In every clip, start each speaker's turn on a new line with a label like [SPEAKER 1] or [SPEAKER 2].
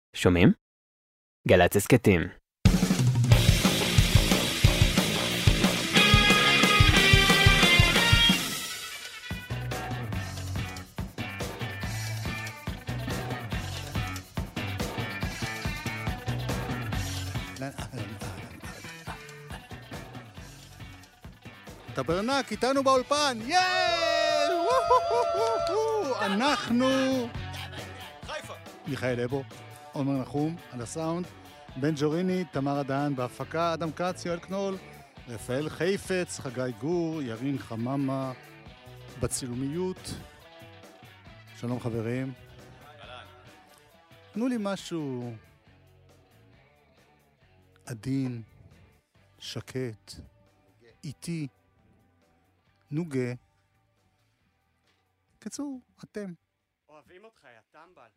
[SPEAKER 1] שומעים? גל"צ הסכתים.
[SPEAKER 2] טברנק איתנו באולפן, אנחנו
[SPEAKER 3] חיפה.
[SPEAKER 2] מיכאל אבו, עומר נחום על הסאונד, בן ג'וריני, תמר עדן בהפקה, אדם כץ, יואל קנול, רפאל חיפץ, חגי גור, ירין חממה בצילומיות. שלום חברים. תנו לי משהו עדין, שקט, איטי, נוגה. קצור, אתם.
[SPEAKER 4] אוהבים אותך, יא טמבל.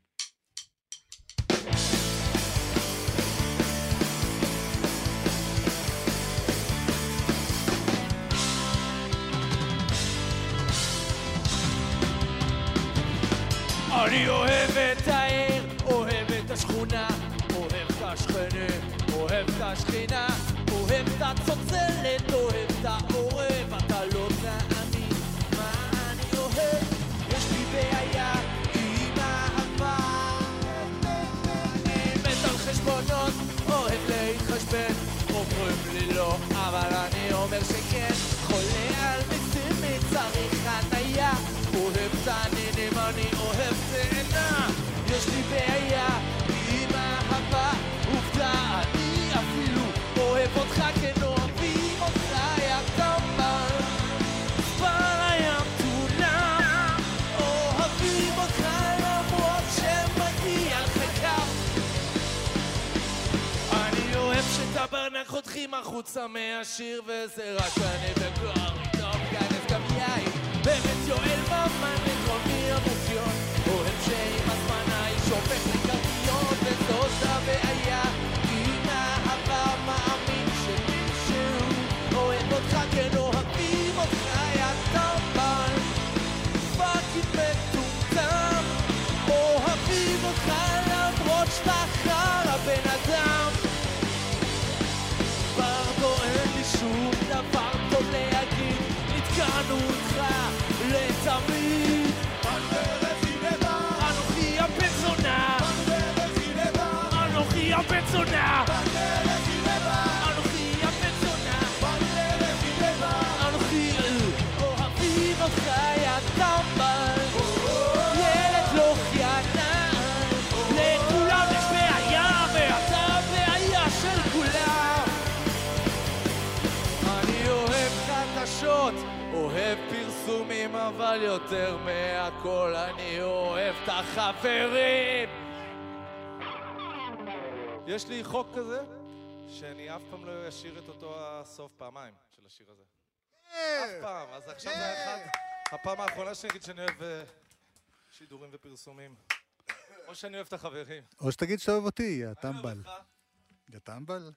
[SPEAKER 3] אני אוהב את העיר, אוהב את השכונה, אוהב את השכנים, אוהב את השכינה, אוהב את הצוצלת, אוהב את העורב. אתה לא תאמין מה אני אוהב, יש לי בעיה עם אהבה. אני מת על חשבונות, אוהב להתחשבן, אומרים לי לא, אבל אני אומר שכן. חולה על מיסים, צריך חניה, אוהב תעניינים, אני אוהב תאנה. יש לי בעיה עם אהבה, עובדה אני אפילו אוהב אותך כן אוהבים אותך יא טמבל. כבר הים תונה, אוהבים אותך למרות שמגיע לך כף. אני אוהב שטברנק חותכים החוצה מהשיר, וזה רק אני וגלורי טוב כנס גם יאי. באמת יואל ממן לקרומי המופיון, אוהב שעם הזמן האיש הופך לקרדיון, וזאת הבעיה עם אהבה. מאמין שמישהו אוהב אותך כן אוהבים אותך יא טמבל. פאקינג מטומטם, אוהבים אותך למרות שאתה חרא בן אדם. ברדו אין לי שום דבר טוב להגיד, נתקענו איתך לתמיד. אנוכי הבן זונה, אנוכי הבן זונה, אנוכי הבן זונה, אנוכי אוהבים אותך יא טמבל. ילד לא חיינן, לכולם יש בעיה, ואתה הבעיה של כולם. אני אוהב חדשות, אוהב פרסומים, אבל יותר מהכל אני אוהב את החברים. יש לי חוק כזה שאני אף פעם לא אשיר את אותו הסוף פעמיים של השיר הזה. אף פעם. אז עכשיו זה הפעם האחרונה שאני אגיד שאני אוהב שידורים ופרסומים. או שאני אוהב את החברים.
[SPEAKER 2] או שתגיד שאתה אוהב אותי, יא טמבל. יא טמבל?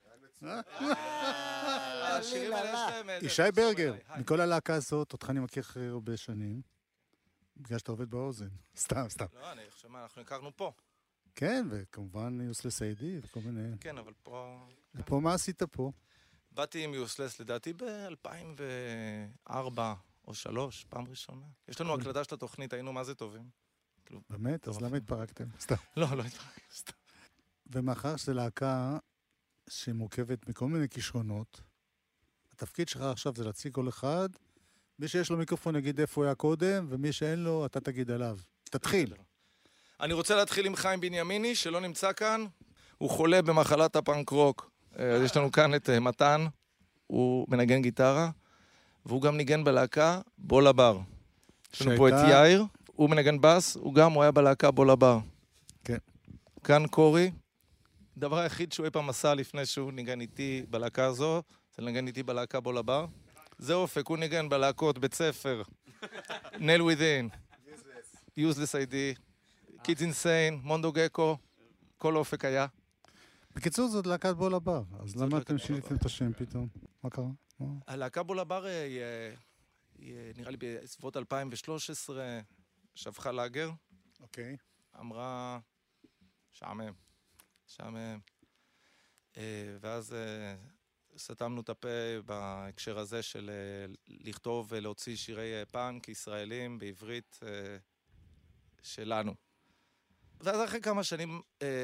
[SPEAKER 3] השירים האלה יש להם...
[SPEAKER 2] ישי ברגר, מכל הלהקה הזאת, אותך אני מכיר אחרי הרבה שנים, בגלל שאתה עובד באוזן. סתם.
[SPEAKER 3] לא, אני חושב מה, אנחנו הכרנו פה.
[SPEAKER 2] כן, וכמובן יוסלס איי-די וכל מיני.
[SPEAKER 3] כן, אבל פה...
[SPEAKER 2] ופה מה עשית פה?
[SPEAKER 3] באתי עם יוסלס לדעתי ב-2004 או 2003, פעם ראשונה. יש לנו הקלדה של התוכנית, היינו מה זה טובים.
[SPEAKER 2] באמת? אז למה התפרקתם? סתם.
[SPEAKER 3] לא התפרקתם.
[SPEAKER 2] ומאחר שזו להקה שמורכבת מכל מיני כישרונות, התפקיד שלך עכשיו זה להציג כל אחד, מי שיש לו מיקרופון יגיד איפה הוא היה קודם, ומי שאין לו, אתה תגיד עליו. תתחיל.
[SPEAKER 3] אני רוצה להתחיל עם חיים בנימיני, שלא נמצא כאן. הוא חולה במחלת הפאנק רוק. יש לנו כאן את מתן, הוא מנגן גיטרה, והוא גם ניגן בלהקה בול הבר. יש לנו פה את יאיר, הוא מנגן בס, הוא היה בלהקה בול הבר.
[SPEAKER 2] כן.
[SPEAKER 3] כאן קורי, דבר היחיד שהוא אי פעם עשה לפני שהוא ניגן איתי בלהקה הזו, זה לנגן איתי בלהקה בול הבר. זה אופק, הוא ניגן בלהקות, בית ספר, Nail Within, Useless ID, Kids Insane, מונדו גקו, כל אופק היה.
[SPEAKER 2] בקיצור, זאת להקת בול הבר, אז למה אתם שיניתם את השם פתאום? מה קרה?
[SPEAKER 3] הלהקה בול הבר היא נראה לי בסביבות 2013, שהפכה לאגר.
[SPEAKER 2] אוקיי.
[SPEAKER 3] אמרה, שעמם.
[SPEAKER 5] שם... ואז סתמנו את הפה בהקשר הזה של לכתוב ולהוציא שירי פאנק ישראלים בעברית שלנו. ואז אחרי כמה שנים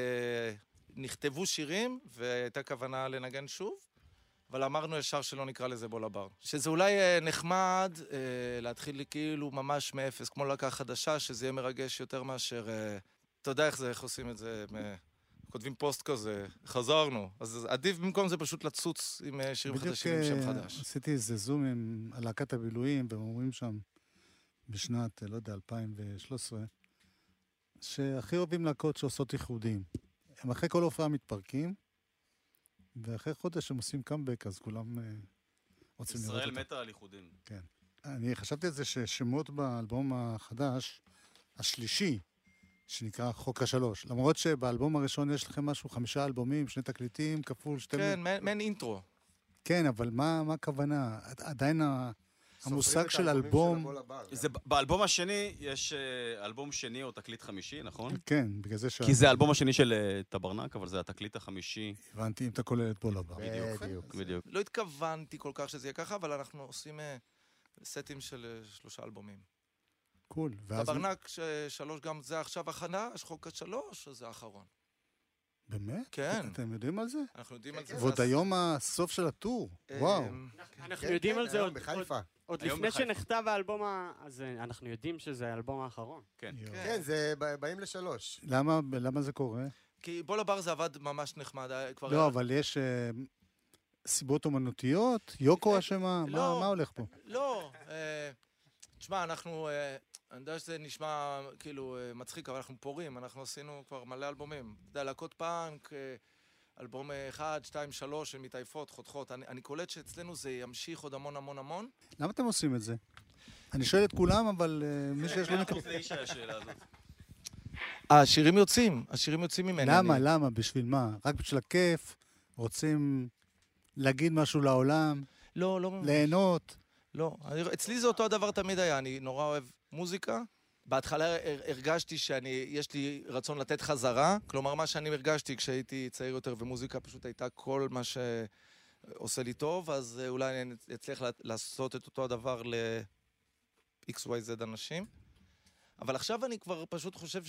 [SPEAKER 5] נכתבו שירים, והייתה כוונה לנגן שוב, אבל אמרנו ישר שלא נקרא לזה בוא לבר. שזה אולי נחמד להתחיל כאילו ממש מאפס, כמו להקה חדשה, שזה יהיה מרגש יותר מאשר... אתה יודע איך עושים את זה, כותבים פוסט כזה, חזרנו. אז עדיף במקום זה פשוט לצוץ עם שירים חדשים עם שם חדש.
[SPEAKER 2] עשיתי איזה זום עם להקת הבילויים, והם אומרים שם בשנת, לא יודע, 2013, שהכי אוהבים להקות שעושות ייחודים. הם אחרי כל הופעה מתפרקים, ואחרי חודש הם עושים קאמבק, אז כולם רוצים לראות אותם.
[SPEAKER 6] ישראל מתה על ייחודים.
[SPEAKER 2] כן. אני חשבתי על זה ששמות באלבום החדש, השלישי, שנקרא חוק השלוש. למרות שבאלבום הראשון יש לכם משהו, 5 אלבומים, 2 תקליטים, כפול 2...
[SPEAKER 5] כן, מעין אינטרו.
[SPEAKER 2] כן, אבל מה הכוונה? עדיין המושג של אלבום...
[SPEAKER 6] באלבום השני יש אלבום שני או תקליט חמישי, נכון?
[SPEAKER 2] כן, בגלל זה
[SPEAKER 6] כי זה האלבום השני של טברנק, אבל זה התקליט החמישי.
[SPEAKER 2] הבנתי, אם אתה כולל את בוא לבר.
[SPEAKER 6] בדיוק.
[SPEAKER 5] לא התכוונתי כל כך שזה יהיה ככה, אבל אנחנו עושים סטים של 3 אלבומים.
[SPEAKER 2] קול.
[SPEAKER 5] טברנק 3 גם זה עכשיו החדש, חוק השלוש, זה האחרון.
[SPEAKER 2] באמת?
[SPEAKER 5] כן.
[SPEAKER 2] אתם יודעים על זה?
[SPEAKER 5] אנחנו יודעים על זה.
[SPEAKER 2] ועוד היום הסוף של הטור. וואו.
[SPEAKER 7] אנחנו יודעים על זה עוד
[SPEAKER 6] היום
[SPEAKER 7] לפני
[SPEAKER 6] בחיפה.
[SPEAKER 7] שנכתב האלבום, אז אנחנו יודעים שזה האלבום האחרון.
[SPEAKER 6] כן.
[SPEAKER 8] כן, זה באים לשלוש.
[SPEAKER 2] למה זה קורה?
[SPEAKER 5] כי בוא לבר זה עבד ממש נחמד.
[SPEAKER 2] לא, אבל יש סיבות אומנותיות? יוקו אשמה? מה הולך פה?
[SPEAKER 5] לא. תשמע, אנחנו... אני יודע שזה נשמע כאילו מצחיק, אבל אנחנו פורים, אנחנו עשינו כבר מלא אלבומים. אתה יודע, להקות פאנק, אלבום 1, 2, 3 של מתעייפות, חותכות. אני קולט שאצלנו זה ימשיך עוד המון המון המון.
[SPEAKER 2] למה אתם עושים את זה? אני שואל את כולם, אבל מי שיש לו נקרא...
[SPEAKER 6] זה איש השאלה הזאת.
[SPEAKER 5] השירים יוצאים ממני.
[SPEAKER 2] למה? בשביל מה? רק בשביל הכיף? רוצים להגיד משהו לעולם?
[SPEAKER 5] לא.
[SPEAKER 2] ליהנות?
[SPEAKER 5] לא. אצלי זה אותו הדבר תמיד היה, אני נורא אוהב מוזיקה. בהתחלה הרגשתי יש לי רצון לתת חזרה, כלומר מה שאני הרגשתי כשהייתי צעיר יותר ומוזיקה פשוט הייתה כל מה שעושה לי טוב, אז אולי אני אצליח לעשות את אותו הדבר ל-XYZ אנשים. אבל עכשיו אני כבר פשוט חושב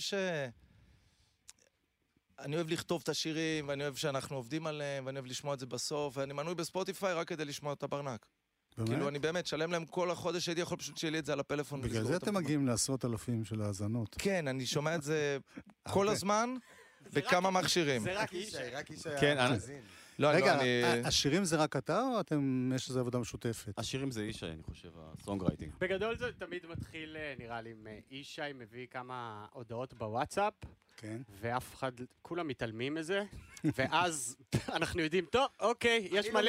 [SPEAKER 5] אני אוהב לכתוב את השירים, ואני אוהב שאנחנו עובדים עליהם, ואני אוהב לשמוע את זה בסוף, ואני מנוי בספוטיפיי רק כדי לשמוע את טברנק. כאילו אני באמת שלם להם כל החודש, הייתי יכול פשוט שיהיה לי את זה על הפלאפון.
[SPEAKER 2] בגלל זה אתם מגיעים לעשרות אלפים של האזנות.
[SPEAKER 5] כן, אני שומע את זה כל הזמן, בכמה מכשירים.
[SPEAKER 7] זה רק
[SPEAKER 8] איש
[SPEAKER 6] כן,
[SPEAKER 2] רגע, השירים זה רק אתה, או יש איזו עבודה משותפת?
[SPEAKER 6] השירים זה איש, אני חושב, הסונגרייטינג.
[SPEAKER 7] בגדול זה תמיד מתחיל, נראה לי, עם אישי מביא כמה הודעות בוואטסאפ,
[SPEAKER 2] כן.
[SPEAKER 7] ואף אחד, כולם מתעלמים מזה, ואז אנחנו יודעים, טוב, אוקיי,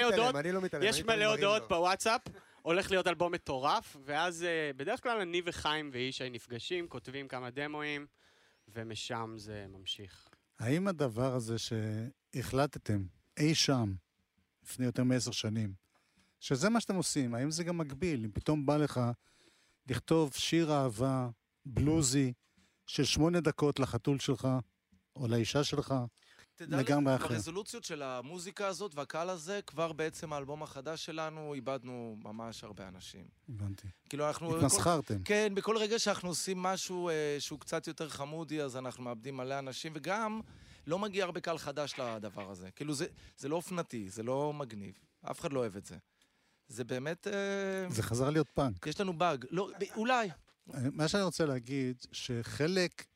[SPEAKER 7] יש מלא הודעות בוואטסאפ, הולך להיות אלבום מטורף, ואז בדרך כלל אני וחיים ואישי נפגשים, כותבים כמה דמוים, ומשם זה ממשיך.
[SPEAKER 2] האם הדבר הזה שהחלטתם אי שם, לפני יותר מ10 שנים, שזה מה שאתם עושים, האם זה גם מקביל? אם פתאום בא לך לכתוב שיר אהבה בלוזי של 8 דקות לחתול שלך, או לאישה שלך, לגמרי אחר.
[SPEAKER 5] ברזולוציות של המוזיקה הזאת והקהל הזה, כבר בעצם האלבום החדש שלנו, איבדנו ממש הרבה אנשים.
[SPEAKER 2] הבנתי.
[SPEAKER 5] כאילו אנחנו...
[SPEAKER 2] התמסחרתם.
[SPEAKER 5] כן, בכל רגע שאנחנו עושים משהו שהוא קצת יותר חמודי, אז אנחנו מאבדים מלא אנשים, וגם לא מגיע הרבה קהל חדש לדבר הזה. כאילו זה לא אופנתי, זה לא מגניב. אף אחד לא אוהב את זה. זה באמת...
[SPEAKER 2] זה חזר להיות פאנק.
[SPEAKER 5] יש לנו באג. לא, אולי.
[SPEAKER 2] מה שאני רוצה להגיד, שחלק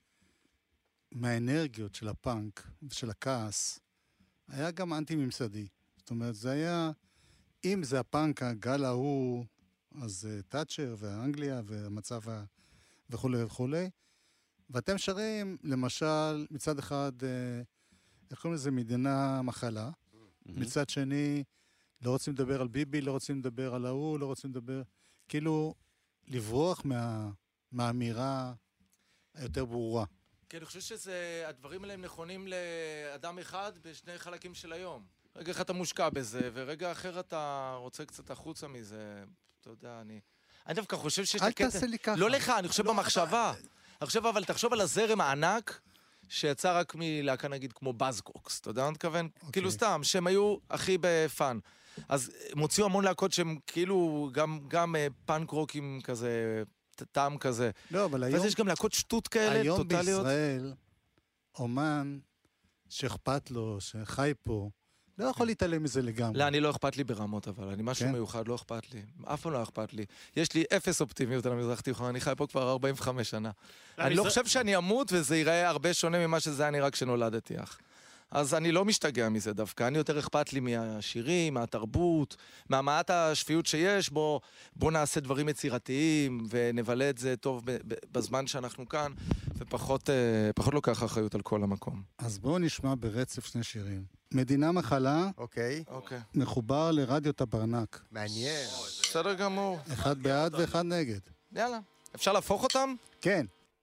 [SPEAKER 2] מהאנרגיות של הפאנק ושל הכעס היה גם אנטי-ממסדי. זאת אומרת, זה היה, אם זה הפאנק, הגל ההוא, אז טאצ'ר ואנגליה והמצב וכו' וכו'. ואתם שרים, למשל, מצד אחד, איך קוראים לזה? מדינה מחלה. מצד שני, לא רוצים לדבר על ביבי, לא רוצים לדבר על ההוא, לא רוצים לדבר... כאילו, לברוח מהאמירה היותר ברורה.
[SPEAKER 5] כי אני חושב שהדברים האלה הם נכונים לאדם אחד בשני חלקים של היום. רגע אחד אתה מושקע בזה, ורגע אחר אתה רוצה קצת החוצה מזה. אתה יודע, אני דווקא חושב שיש...
[SPEAKER 2] אל תעשה לי ככה.
[SPEAKER 5] לא לך, אני חושב במחשבה. עכשיו, אבל תחשוב על הזרם הענק שיצא רק מלהקה נגיד כמו בזקוקס, אתה יודע מה אני מתכוון? כאילו סתם, שהם היו הכי בפאן. אז הם הוציאו המון להקות שהם כאילו גם פאנק רוקים כזה, טעם כזה.
[SPEAKER 2] לא, אבל היום...
[SPEAKER 5] ואז יש גם להקות שטות כאלה, טוטליות.
[SPEAKER 2] היום בישראל, אומן שאכפת לו, שחי פה, לא יכול להתעלם מזה לגמרי.
[SPEAKER 5] לא, אני לא אכפת לי ברמות, אבל אני משהו מיוחד, לא אכפת לי. אף פעם לא אכפת לי. יש לי אפס אופטימיות על המזרח תיכון, אני חי פה כבר 45 שנה. אני לא חושב שאני אמות, וזה ייראה הרבה שונה ממה שזה היה נראה כשנולדתי אח. אז אני לא משתגע מזה דווקא, אני יותר אכפת לי מהשירים, מהתרבות, מהמעט השפיות שיש, בוא נעשה דברים יצירתיים, ונבלה את זה טוב בזמן שאנחנו כאן, ופחות לוקח אחריות על כל המקום.
[SPEAKER 2] אז בואו נשמע ברצף שני שירים. מדינה מחלה,
[SPEAKER 8] אוקיי.
[SPEAKER 2] מחובר לרדיו טברנק.
[SPEAKER 8] מעניין.
[SPEAKER 5] בסדר גמור.
[SPEAKER 2] אחד בעד ואחד נגד.
[SPEAKER 5] יאללה. אפשר להפוך אותם?
[SPEAKER 2] כן.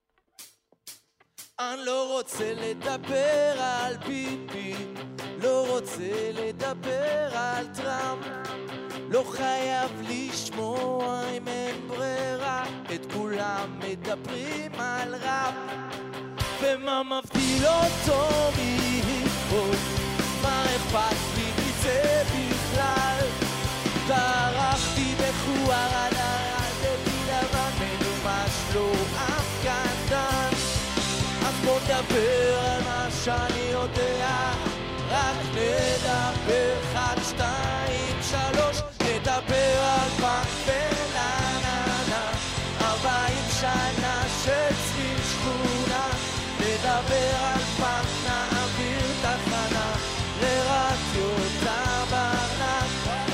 [SPEAKER 3] אני לא רוצה לדבר על ביבי, לא רוצה לדבר על טראמפ, לא חייב לשמוע אם אין ברירה, את כולם מדברים על ראפ, ומה מבדיל אותו מהיפ-הופ, מה אכפת לי מזה בכלל, דרכתי בחואר על הרדתי לבן, מנומש לא אף קטן, אז בוא נדבר על מה שאני יודע, רק נדבר 1, 2, 3, נדבר על פאנק ולננה, 40 שנה של צליל שכונה, נדבר על פאנק, נעביר תחנה לרדיו טברנק,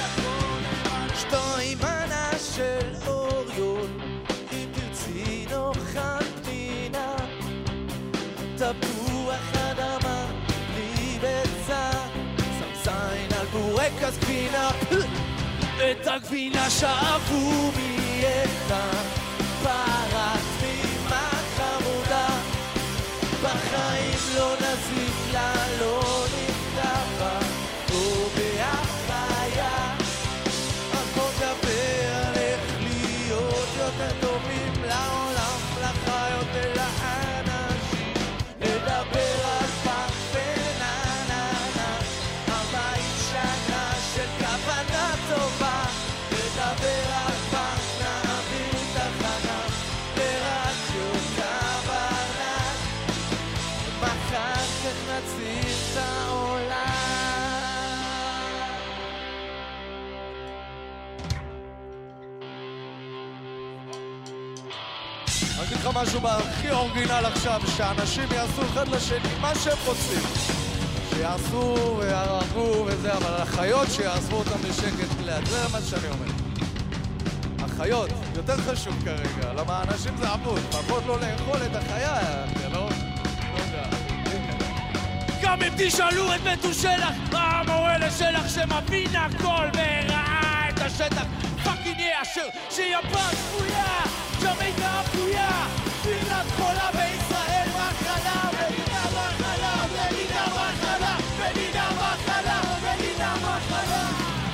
[SPEAKER 3] 2 מנה של אוריון, אם תרצי נאכל פנינה, תפוח אדמה בלי ביצה, שם זין על בורקס גבינה, את הגבינה שאבו מיתה, פרק תמימה חמודה, בחיים לא נזיק לה, לא נפגע בה, או בהחיה, אז בוא נדבר על איך להיות יותר טובים לעולם, לחיות ולאנשים, נדבר על פאנק ונננה, 40 שנה של כוונה טובה, נדבר על פאנק, נעביר תחנה לרדיו טברנק, מחר כך נציל את העולם.
[SPEAKER 5] אני אגיד לך משהו בהכי אורגינל עכשיו, שאנשים יעשו אחד לשני מה שהם רוצים, שיעשו ויערכו וזה, אבל החיות שיעזבו אותם בשקט ליד, זה מה שאני אומר. החיות, יותר חשוב כרגע, למה האנשים זה עבוד, עבוד לא לאכול את החיה, זה לא יודע.
[SPEAKER 3] גם אם תשאלו את מתושלח, המורה לשלח שמבין הכל וראה את השטח, פאקינג יאשר שיפן צפויה, ג'מייקה אפויה, פינלנד חולה בישראל מחלה, מדינה מחלה, מדינה מחלה, מדינה מחלה, מדינה מחלה.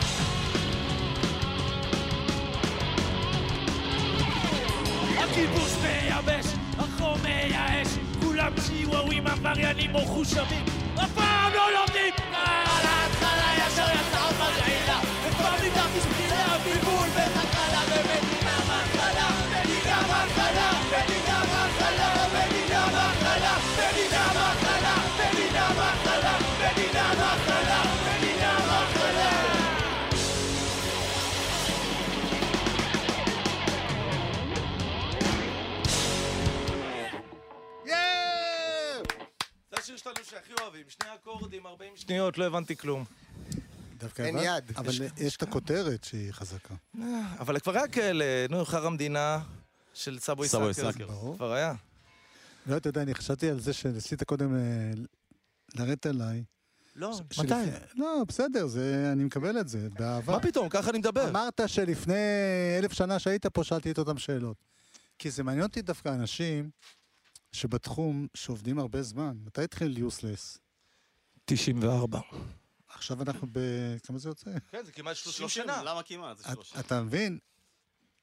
[SPEAKER 3] הכיבוש מייבש, החום מייאש, כולם צ'יוואווים, עבריינים או חושבים, אף פעם לא לומדים, על ההתחלה ישר יצא מרעילה, וכבר ניתרתי שפילי הבלבול וחתלה במדינה מחלה, מדינה מחלה, מדינה מחלה, מדינה מחלה, מדינה מחלה, מדינה מחלה, מדינה מחלה, מדינה מחלה.
[SPEAKER 5] זה השיר שלנו שהכי אוהבים, 2 אקורדים, 40 שניות, לא הבנתי כלום.
[SPEAKER 2] אין יד. אבל יש את הכותרת שהיא חזקה.
[SPEAKER 5] אבל כבר היה כאלה, חר המדינה של סאבווי סאקר. כבר היה.
[SPEAKER 2] לא, אתה יודע, אני חשבתי על זה שניסית קודם לרדת עליי.
[SPEAKER 5] לא, מתי?
[SPEAKER 2] לא, בסדר, אני מקבל את זה, באהבה.
[SPEAKER 5] מה פתאום? ככה אני מדבר.
[SPEAKER 2] אמרת שלפני 1000 שנה שהיית פה, שאלתי את אותם שאלות. כי זה מעניין אותי דווקא אנשים שבתחום שעובדים הרבה זמן. מתי התחיל יוסלס?
[SPEAKER 5] 94.
[SPEAKER 2] עכשיו אנחנו כמה זה יוצא?
[SPEAKER 5] כן, זה כמעט 30 שנה.
[SPEAKER 6] למה כמעט? זה 30.
[SPEAKER 2] אתה מבין?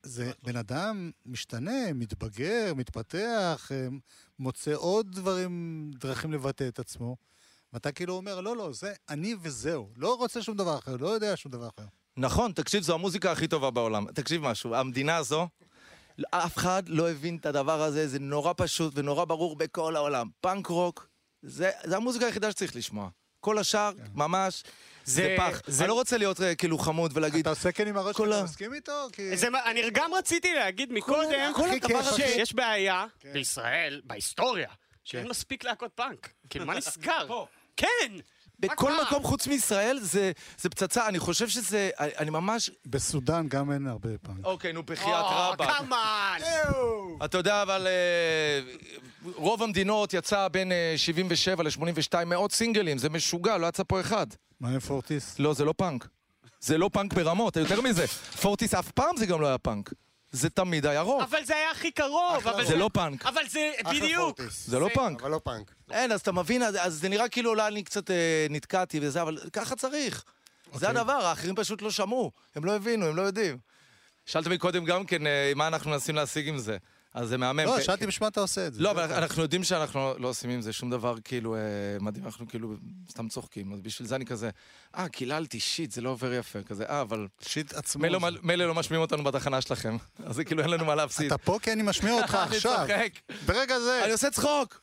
[SPEAKER 2] זה בן אדם משתנה, מתבגר, מתפתח, מוצא עוד דרכים לבטא את עצמו, ואתה כאילו אומר, לא, זה אני וזהו. לא רוצה שום דבר אחר, לא יודע שום דבר אחר.
[SPEAKER 5] נכון, תקשיב, זו המוזיקה הכי טובה בעולם. תקשיב משהו, המדינה הזו, אף אחד לא הבין את הדבר הזה, זה נורא פשוט ונורא ברור בכל העולם. פאנק רוק, זה המוזיקה היחידה שצריך לשמוע. כל השאר, ממש, זה פח. אני לא רוצה להיות כאילו חמוד ולהגיד...
[SPEAKER 2] אתה עושה כן עם הראש שאתה מסכים איתו?
[SPEAKER 7] אני גם רציתי להגיד מקודם שיש בעיה בישראל, בהיסטוריה, שאין מספיק להקות פאנק. כאילו, מה נסגר? כן!
[SPEAKER 5] בכל מקום חוץ מישראל זה פצצה, אני חושב שזה, אני ממש...
[SPEAKER 2] בסודן גם אין הרבה פאנק.
[SPEAKER 5] אוקיי, נו, בחיית רבאק.
[SPEAKER 7] כמובן!
[SPEAKER 5] אתה יודע, אבל רוב המדינות יצא בין 77 ל-82 מאות סינגלים, זה משוגע, לא יצא פה אחד.
[SPEAKER 2] מה עם פורטיס?
[SPEAKER 5] לא, זה לא פאנק. זה לא פאנק ברמות, יותר מזה. פורטיס אף פעם זה גם לא היה פאנק. זה תמיד היה רוק.
[SPEAKER 7] אבל זה היה הכי קרוב.
[SPEAKER 5] זה לא פאנק.
[SPEAKER 7] אבל זה בדיוק.
[SPEAKER 5] זה לא פאנק.
[SPEAKER 8] אבל לא פאנק.
[SPEAKER 5] אין, אז אתה מבין, אז זה נראה כאילו אולי אני קצת נתקעתי וזה, אבל ככה צריך. זה הדבר, האחרים פשוט לא שמעו. הם לא הבינו, הם לא יודעים. שאלת מקודם גם כן, מה אנחנו מנסים להשיג עם זה. אז זה מהמם.
[SPEAKER 2] לא, שאלתי בשמה אתה עושה את זה.
[SPEAKER 5] לא, אבל אנחנו יודעים שאנחנו לא עושים עם זה שום דבר כאילו מדהים, אנחנו כאילו סתם צוחקים. אז בשביל זה אני כזה, קיללתי, שיט, זה לא עובר יפה. כזה, אבל...
[SPEAKER 2] שיט עצמו.
[SPEAKER 5] מילא לא משמיעים אותנו בתחנה שלכם. אז זה כאילו אין לנו מה להפסיד.
[SPEAKER 2] אתה פה כי אני משמיע אותך עכשיו.
[SPEAKER 5] אני צוחק.
[SPEAKER 2] ברגע זה.
[SPEAKER 5] אני עושה צחוק.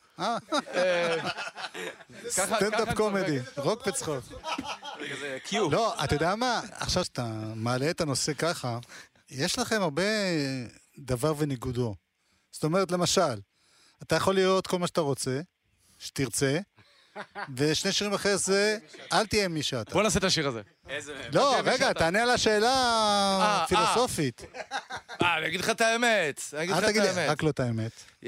[SPEAKER 2] סטנדאפ קומדי, רוק וצחוק. לא, אתה יודע מה? עכשיו שאתה מעלה את הנושא ככה, יש לכם הרבה דבר וניגודו. זאת אומרת, למשל, אתה יכול לראות כל מה שאתה רוצה, שתרצה, ושני שירים אחרי זה, אל תהיה מי שאתה.
[SPEAKER 5] בוא נעשה את השיר הזה.
[SPEAKER 2] לא, רגע, תענה על השאלה הפילוסופית.
[SPEAKER 5] אני אגיד לך את האמת.
[SPEAKER 2] אל תגיד לי, רק לא את האמת.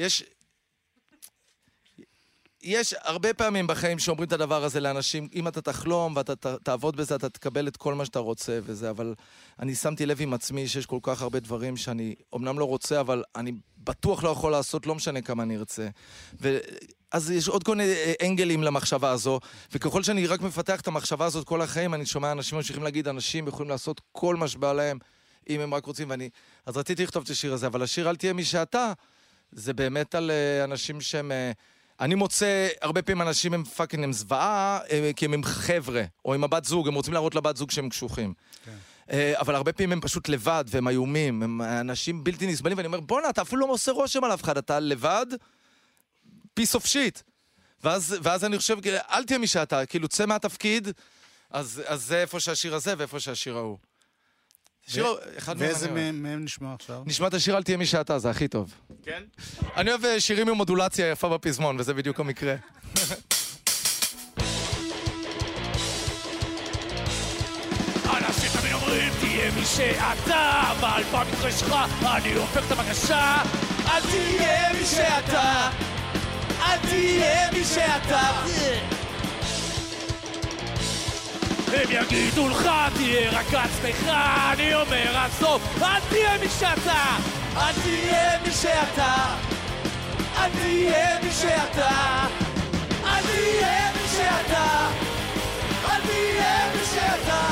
[SPEAKER 5] יש הרבה פעמים בחיים שאומרים את הדבר הזה לאנשים, אם אתה תחלום ואתה תעבוד בזה, אתה תקבל את כל מה שאתה רוצה וזה, אבל אני שמתי לב עם עצמי שיש כל כך הרבה דברים שאני אומנם לא רוצה, אבל אני בטוח לא יכול לעשות, לא משנה כמה אני ארצה. אז יש עוד כל מיני אנגלים למחשבה הזו, וככל שאני רק מפתח את המחשבה הזאת כל החיים, אני שומע אנשים ממשיכים להגיד, אנשים יכולים לעשות כל מה שבא להם, אם הם רק רוצים, אז רציתי לכתוב את השיר הזה, אבל השיר אל תהיה מי שאתה, זה באמת על אנשים שהם... אני מוצא, הרבה פעמים אנשים הם פאקינג, הם זוועה, כי הם חבר'ה, או עם הבת זוג, הם רוצים להראות לבת זוג שהם קשוחים. אבל הרבה פעמים הם פשוט לבד, והם איומים, הם אנשים בלתי נסבלים, ואני אומר, בונה, אתה אפילו לא עושה רושם על אף אחד, אתה לבד, piece of shit. ואז אני חושב, אל תהיה מי שאתה, כאילו, צא מהתפקיד, אז זה איפה שהשיר הזה, ואיפה שהשיר ההוא.
[SPEAKER 2] ואיזה מהם נשמע עכשיו?
[SPEAKER 5] נשמע את השיר אל תהיה מי שאתה, זה הכי טוב.
[SPEAKER 6] כן?
[SPEAKER 5] אני אוהב שירים עם מודולציה יפה בפזמון, וזה בדיוק המקרה.
[SPEAKER 3] אנשים תמיד אומרים תהיה מי שאתה, אבל במקרה שלך אני הופך את הבקשה. אל תהיה מי שאתה, אל תהיה מי שאתה. הם יגידו לך תהיה רק עצמך, אני אומר עזוב, אל תהיה מי שאתה, אל תהיה מי שאתה, אל תהיה מי שאתה, אל תהיה מי שאתה, אל תהיה מי שאתה.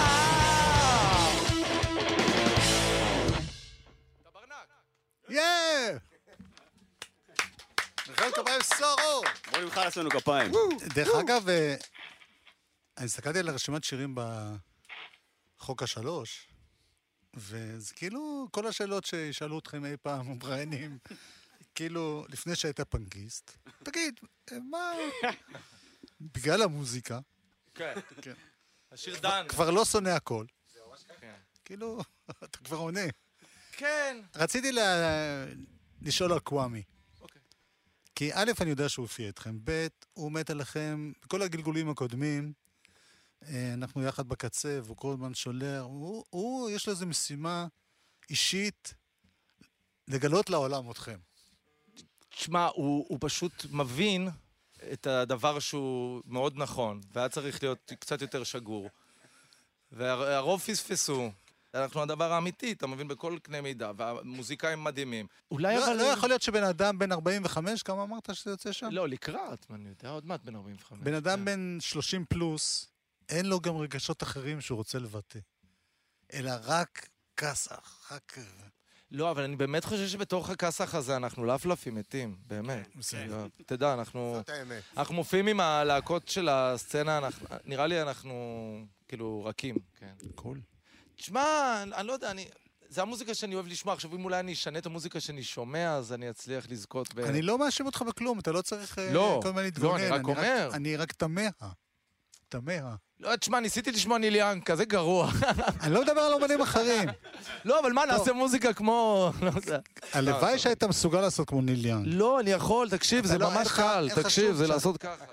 [SPEAKER 2] מחיאות כפיים סורו!
[SPEAKER 6] בוא נמחא לעצמנו כפיים.
[SPEAKER 2] דרך אגב, אני הסתכלתי על רשימת שירים בחוק השלוש, וזה כאילו כל השאלות שישאלו אתכם אי פעם, מבריינים, כאילו, לפני שהיית פנקיסט, תגיד, מה... בגלל המוזיקה.
[SPEAKER 5] כן. השיר דן.
[SPEAKER 2] כבר לא שונא הכל. כאילו, אתה כבר עונה.
[SPEAKER 5] כן.
[SPEAKER 2] רציתי לשאול על קוואמי. כי א', אני יודע שהוא הופיע אתכם, ב', הוא מת עליכם, בכל הגלגולים הקודמים, אנחנו יחד בקצה, והוא כל הזמן שולח, יש לו איזו משימה אישית לגלות לעולם אתכם.
[SPEAKER 5] תשמע, הוא פשוט מבין את הדבר שהוא מאוד נכון, והיה צריך להיות קצת יותר שגור. והרוב פספסו. אנחנו הדבר האמיתי, אתה מבין, בכל קנה מידה, והמוזיקאים מדהימים.
[SPEAKER 2] לא יכול להיות שבן אדם בן 45, כמה אמרת שזה יוצא שם?
[SPEAKER 5] לא, לקראת, אני יודע, עוד מעט בן 45.
[SPEAKER 2] בן אדם בן 30 פלוס, אין לו גם רגשות אחרים שהוא רוצה לבטא. אלא רק כסח, רק...
[SPEAKER 5] לא, אבל אני באמת חושב שבתוך הכסח הזה אנחנו לפלפים מתים, באמת. תדע, אנחנו מופיעים עם הלהקות של הסצנה, נראה לי אנחנו כאילו רכים.
[SPEAKER 2] קול.
[SPEAKER 5] תשמע, אני לא יודע, זה המוזיקה שאני אוהב לשמוע. עכשיו, אם אולי אני אשנה את המוזיקה שאני שומע, אז אני אצליח לזכות ב...
[SPEAKER 2] אני לא מאשים אותך בכלום, אתה לא צריך כל הזמן להתגונן.
[SPEAKER 5] לא, אני רק אומר.
[SPEAKER 2] אני רק תמה.
[SPEAKER 5] לא, תשמע, ניסיתי לשמוע ניל יאנג, כזה גרוע.
[SPEAKER 2] אני לא מדבר על אומנים אחרים.
[SPEAKER 5] לא, אבל מה, נעשה מוזיקה כמו...
[SPEAKER 2] הלוואי שהיית מסוגל לעשות כמו ניל יאנג.
[SPEAKER 5] לא, אני יכול, תקשיב, זה ממש קל. תקשיב, זה לעשות ככה.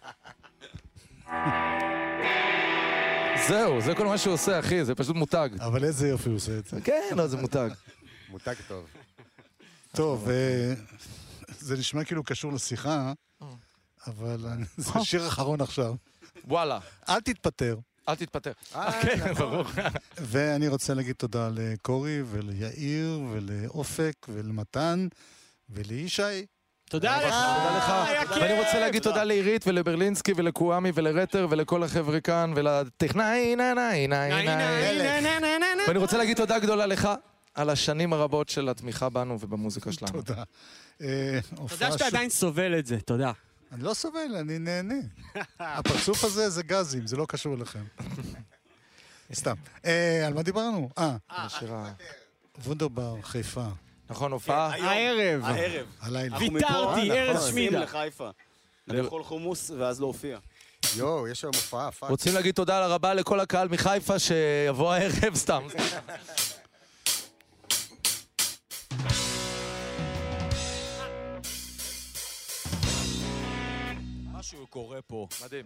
[SPEAKER 5] זהו, זה כל מה שהוא עושה, אחי, זה פשוט מותג.
[SPEAKER 2] אבל איזה יופי הוא עושה את זה.
[SPEAKER 5] כן, לא, זה מותג.
[SPEAKER 8] מותג טוב.
[SPEAKER 2] טוב, זה נשמע כאילו קשור לשיחה, אבל זה שיר אחרון עכשיו.
[SPEAKER 5] וואלה.
[SPEAKER 2] אל תתפטר.
[SPEAKER 5] אל תתפטר. כן, ברור.
[SPEAKER 2] ואני רוצה להגיד תודה לקורי וליאיר ולאופק ולמתן ולישי.
[SPEAKER 7] תודה לך.
[SPEAKER 5] תודה לך. ואני רוצה להגיד תודה לעירית ולברלינסקי ולקואמי ולרטר ולכל החבר'ה כאן ולטכנאי ואני רוצה להגיד תודה גדולה לך על השנים הרבות של התמיכה בנו ובמוזיקה שלנו.
[SPEAKER 2] תודה.
[SPEAKER 7] תודה שאתה עדיין סובל את זה, תודה.
[SPEAKER 2] אני לא סובל, אני נהנה. הפרצוף הזה זה גזים, זה לא קשור אליכם. סתם. על מה דיברנו? וונדרבר, חיפה.
[SPEAKER 5] נכון, הופעה?
[SPEAKER 7] הערב.
[SPEAKER 2] הלילה.
[SPEAKER 7] ויתרתי, ארז שמידה.
[SPEAKER 6] לחיפה. לאכול חומוס ואז להופיע.
[SPEAKER 8] יואו, יש היום הופעה.
[SPEAKER 5] רוצים להגיד תודה רבה לכל הקהל מחיפה שיבוא הערב סתם.
[SPEAKER 6] משהו קורה פה.
[SPEAKER 5] מדהים.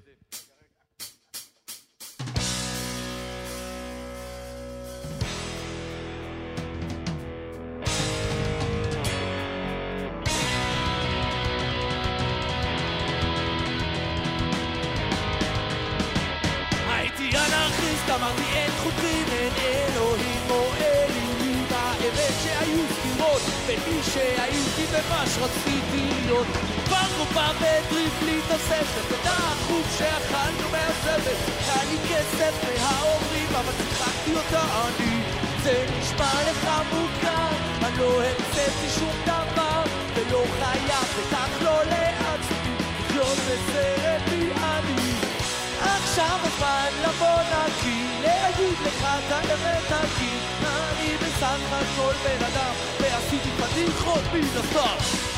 [SPEAKER 3] הייתי אנרכיסט, אמרתי אין חוקרים, אין אלוהים או אלילים, האמת שהיו סתירות בין מי שהייתי ומה שרציתי להיות. עברנו פעם בדריב בלי תוספת, ודחוף שאכלנו מהזבל, היה לי כסף מההורים, אבל צחקתי אותה אני. זה נשמע לך מוכר, אני לא המצאתי שום דבר, ולא חייב בטח לא לעצמי, לחיות בסרט אני. עכשיו הזמן לבוא נקי, להגיד לך את האמת הכי, אני בסך הכל בן אדם, ועשיתי פדיחות מן הסתם.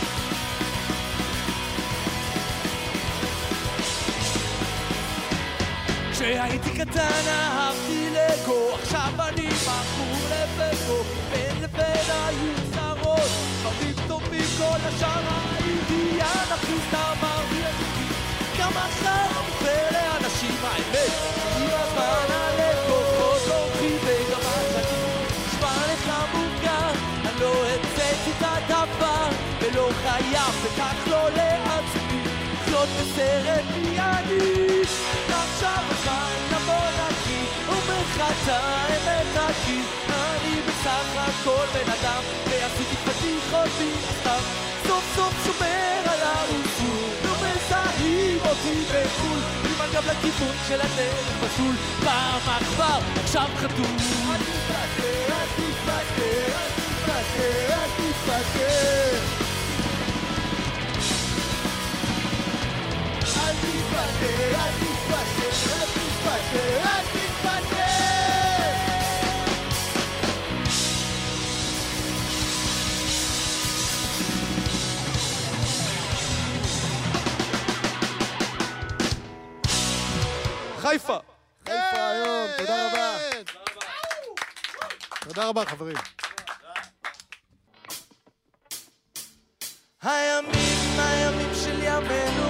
[SPEAKER 3] כשהייתי קטן אהבתי לגו, עכשיו אני בחור לבגו, בין לבין היו צרות, דברים טובים כל השאר הייתי אנרכיסט, אמרתי אנרכיסט, גם עכשיו מוכר לאנשים האמת, עם הזמן הלקוחות הולכים וגם השנים, נשמע לך מוכר, אני לא המצאתי את הדבר, ולא חייב וכך לא לעצמי, לחיות בסרט מי אני. עכשיו הזמן לבוא נקי, ומחת האמת נקי, אני בסך הכל בן אדם, ועשיתי פדיחות מן הסתם, סוף סוף שומר על הרוסות, ומזהים אותי בחול, עם הגב לכיוון של הדרך בשול, פעם עכבר, עכשיו חתום. אל תתפטר, אל תתפטר, אל תתפטר, אל תתפטר. אל תתפטר, אל תתפטר, אל תתפטר, אל תתפטר.
[SPEAKER 5] חיפה!
[SPEAKER 8] חיפה היום, תודה רבה.
[SPEAKER 2] תודה רבה, חברים.
[SPEAKER 3] הימים של ימינו,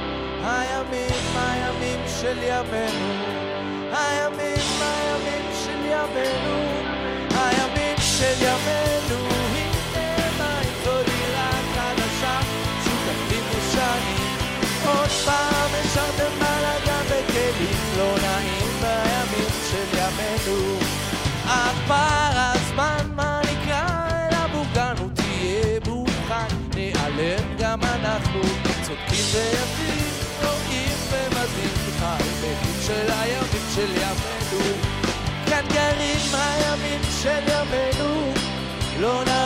[SPEAKER 3] הימים של ימינו, הימים של ימינו, הימים של ימינו, הנה מים זו דירה חדשה, שותפים מושנים, עוד פעם השארתם בלגן בכלים לא נעים בימים של ימינו. עבר הזמן, מה נקרא אל המוגנות, תהיה מוכן, נעלם גם אנחנו, צודקים ויפים, רואים ומזים, הימים של הימים של ימינו, כאן גרים הימים של ימינו, לא נעים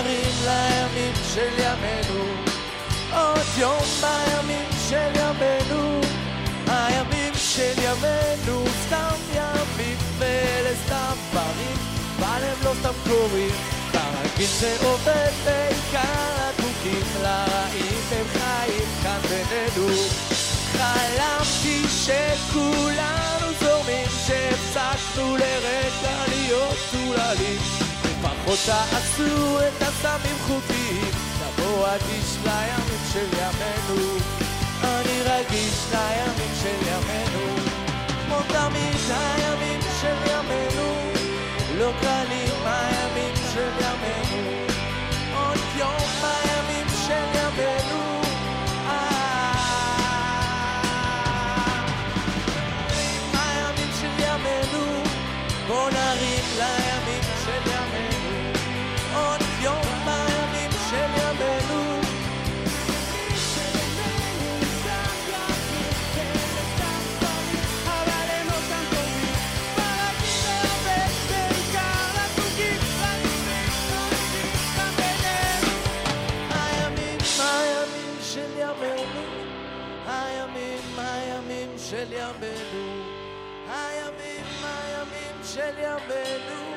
[SPEAKER 3] קוראים, כרגיל זה עובד בעיקר הדבוקים, לרעים הם חיים כאן בינינו. חלמתי שכולנו זורמים, שהפסקנו לרגע להיות צוללים, לפחות תעשו את הסמים חוקיים, תבוא אדיש לימים של ימינו. אני רגיש לימים של ימינו, כמו תמיד הימים של ימינו, לא קלים הימים של ימינו, עוד יום הימים של ימינו. הימים של ימינו, בוא נרים לימים של ימינו, עוד יום הימים של ימינו. של ימינו, הימים של ימינו.